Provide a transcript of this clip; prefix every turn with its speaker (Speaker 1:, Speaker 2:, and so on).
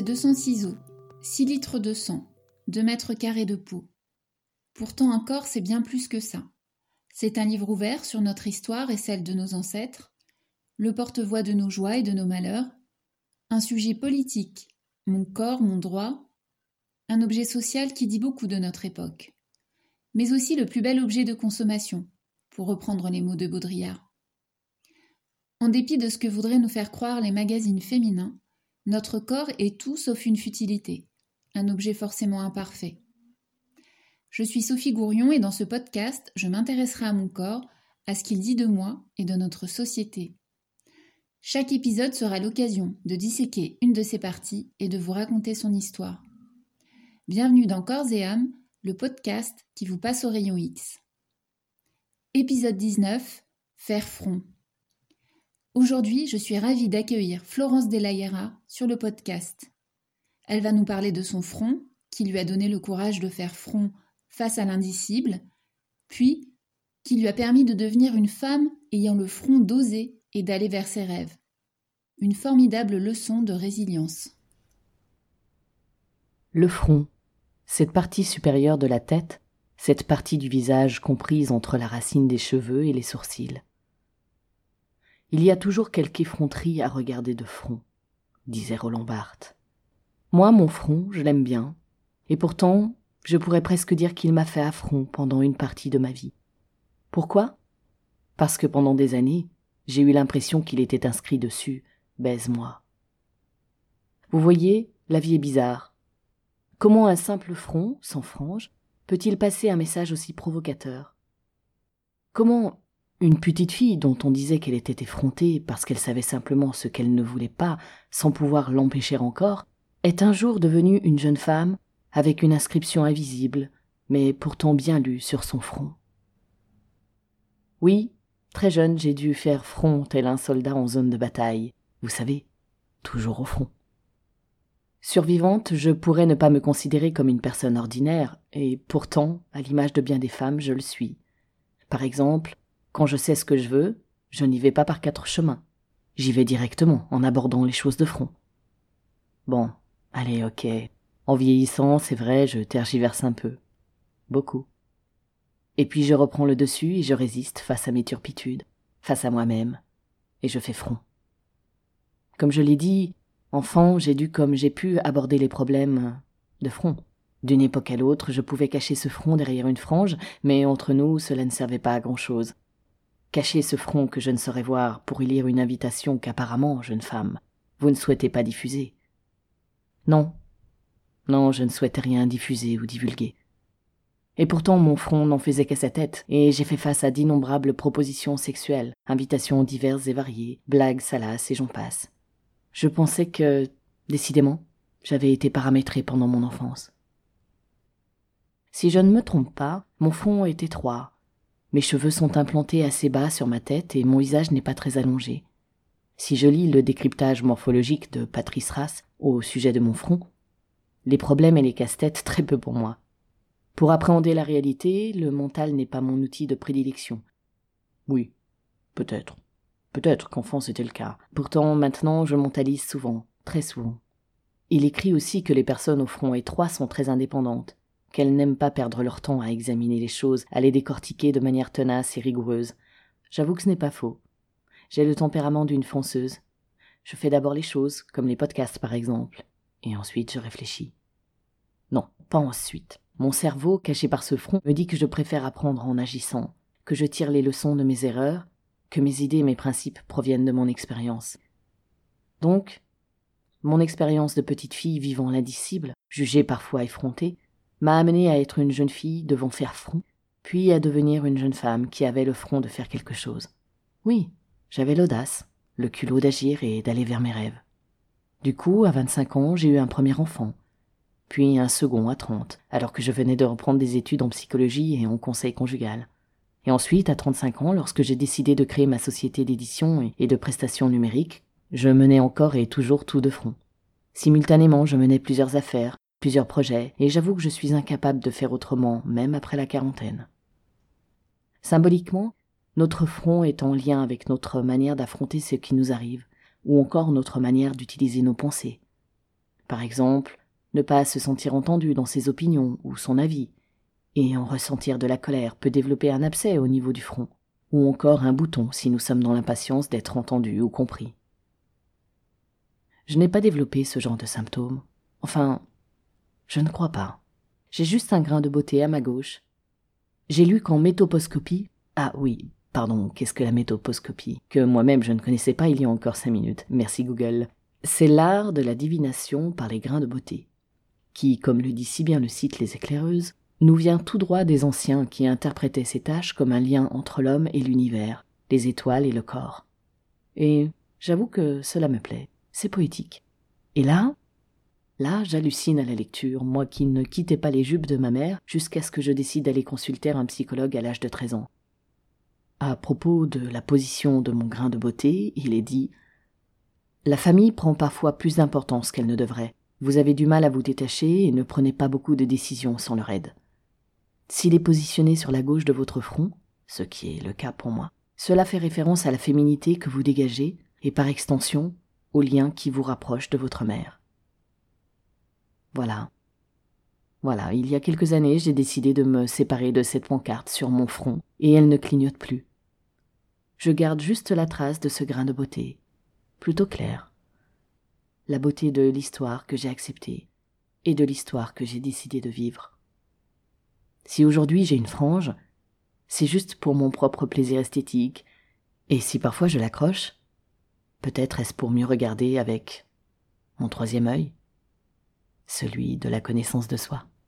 Speaker 1: c'est 200 ciseaux, 6 litres de sang, 2 mètres carrés de peau. Pourtant un corps, c'est bien plus que ça. C'est un livre ouvert sur notre histoire et celle de nos ancêtres, le porte-voix de nos joies et de nos malheurs, un sujet politique, mon corps, mon droit, un objet social qui dit beaucoup de notre époque, mais aussi le plus bel objet de consommation, pour reprendre les mots de Baudrillard. En dépit de ce que voudraient nous faire croire les magazines féminins, notre corps est tout sauf une futilité, un objet forcément imparfait. Je suis Sophie Gourion et dans ce podcast, je m'intéresserai à mon corps, à ce qu'il dit de moi et de notre société. Chaque épisode sera l'occasion de disséquer une de ses parties et de vous raconter son histoire. Bienvenue dans Corps et âme, le podcast qui vous passe au rayon X. Épisode 19, faire front. Aujourd'hui, je suis ravie d'accueillir Florence Della Hera sur le podcast. Elle va nous parler de son front, qui lui a donné le courage de faire front face à l'indicible, puis qui lui a permis de devenir une femme ayant le front d'oser et d'aller vers ses rêves. Une formidable leçon de résilience.
Speaker 2: Le front, cette partie supérieure de la tête, cette partie du visage comprise entre la racine des cheveux et les sourcils. Il y a toujours quelque effronterie à regarder de front, disait Roland Barthes. Moi, mon front, je l'aime bien, et pourtant, je pourrais presque dire qu'il m'a fait affront pendant une partie de ma vie. Pourquoi ? Parce que pendant des années, j'ai eu l'impression qu'il était inscrit dessus « baise-moi ». Vous voyez, la vie est bizarre. Comment un simple front, sans frange, peut-il passer un message aussi provocateur ? Comment une petite fille dont on disait qu'elle était effrontée parce qu'elle savait simplement ce qu'elle ne voulait pas, sans pouvoir l'empêcher encore, est un jour devenue une jeune femme avec une inscription invisible, mais pourtant bien lue sur son front. Oui, très jeune, j'ai dû faire front tel un soldat en zone de bataille. Vous savez, toujours au front. Survivante, je pourrais ne pas me considérer comme une personne ordinaire, et pourtant, à l'image de bien des femmes, je le suis. Par exemple, quand je sais ce que je veux, je n'y vais pas par 4 chemins. J'y vais directement, en abordant les choses de front. Bon, allez, ok. En vieillissant, c'est vrai, je tergiverse un peu. Beaucoup. Et puis je reprends le dessus et je résiste face à mes turpitudes, face à moi-même, et je fais front. Comme je l'ai dit, enfant, j'ai dû comme j'ai pu aborder les problèmes de front. D'une époque à l'autre, je pouvais cacher ce front derrière une frange, mais entre nous, cela ne servait pas à grand-chose. Cacher ce front que je ne saurais voir pour y lire une invitation qu'apparemment, jeune femme, vous ne souhaitez pas diffuser. Non, je ne souhaitais rien diffuser ou divulguer. Et pourtant, mon front n'en faisait qu'à sa tête, et j'ai fait face à d'innombrables propositions sexuelles, invitations diverses et variées, blagues salaces et j'en passe. Je pensais que, décidément, j'avais été paramétrée pendant mon enfance. Si je ne me trompe pas, mon front est étroit. Mes cheveux sont implantés assez bas sur ma tête et mon visage n'est pas très allongé. Si je lis le décryptage morphologique de Patrice Rass au sujet de mon front, les problèmes et les casse-têtes très peu pour moi. Pour appréhender la réalité, le mental n'est pas mon outil de prédilection. Oui, peut-être. Peut-être qu'enfant c'était le cas. Pourtant, maintenant, je mentalise souvent, très souvent. Il écrit aussi que les personnes au front étroit sont très indépendantes, qu'elles n'aiment pas perdre leur temps à examiner les choses, à les décortiquer de manière tenace et rigoureuse. J'avoue que ce n'est pas faux. J'ai le tempérament d'une fonceuse. Je fais d'abord les choses, comme les podcasts par exemple, et ensuite je réfléchis. Non, pas ensuite. Mon cerveau, caché par ce front, me dit que je préfère apprendre en agissant, que je tire les leçons de mes erreurs, que mes idées et mes principes proviennent de mon expérience. Donc, mon expérience de petite fille vivant l'indicible, jugée parfois effrontée, m'a amenée à être une jeune fille devant faire front, puis à devenir une jeune femme qui avait le front de faire quelque chose. Oui, j'avais l'audace, le culot d'agir et d'aller vers mes rêves. Du coup, à 25 ans, j'ai eu un premier enfant, puis un second à 30, alors que je venais de reprendre des études en psychologie et en conseil conjugal. Et ensuite, à 35 ans, lorsque j'ai décidé de créer ma société d'édition et de prestations numériques, je menais encore et toujours tout de front. Simultanément, je menais plusieurs affaires, plusieurs projets, et j'avoue que je suis incapable de faire autrement, même après la quarantaine. Symboliquement, notre front est en lien avec notre manière d'affronter ce qui nous arrive, ou encore notre manière d'utiliser nos pensées. Par exemple, ne pas se sentir entendu dans ses opinions ou son avis, et en ressentir de la colère peut développer un abcès au niveau du front, ou encore un bouton si nous sommes dans l'impatience d'être entendus ou compris. Je n'ai pas développé ce genre de symptômes. Enfin, je ne crois pas. J'ai juste un grain de beauté à ma gauche. J'ai lu qu'en métoposcopie... Ah oui, pardon, qu'est-ce que la métoposcopie? Que moi-même je ne connaissais pas il y a encore 5 minutes. Merci Google. C'est l'art de la divination par les grains de beauté, qui, comme le dit si bien le site Les Éclaireuses, nous vient tout droit des anciens qui interprétaient ces tâches comme un lien entre l'homme et l'univers, les étoiles et le corps. Et j'avoue que cela me plaît, c'est poétique. Et là, j'hallucine à la lecture, moi qui ne quittais pas les jupes de ma mère jusqu'à ce que je décide d'aller consulter un psychologue à l'âge de 13 ans. À propos de la position de mon grain de beauté, il est dit « La famille prend parfois plus d'importance qu'elle ne devrait. Vous avez du mal à vous détacher et ne prenez pas beaucoup de décisions sans leur aide. S'il est positionné sur la gauche de votre front, ce qui est le cas pour moi, cela fait référence à la féminité que vous dégagez et par extension au lien qui vous rapproche de votre mère. » Voilà, il y a quelques années, j'ai décidé de me séparer de cette pancarte sur mon front et elle ne clignote plus. Je garde juste la trace de ce grain de beauté, plutôt clair. La beauté de l'histoire que j'ai acceptée et de l'histoire que j'ai décidé de vivre. Si aujourd'hui j'ai une frange, c'est juste pour mon propre plaisir esthétique, et si parfois je l'accroche, peut-être est-ce pour mieux regarder avec mon troisième œil, celui de la connaissance de soi.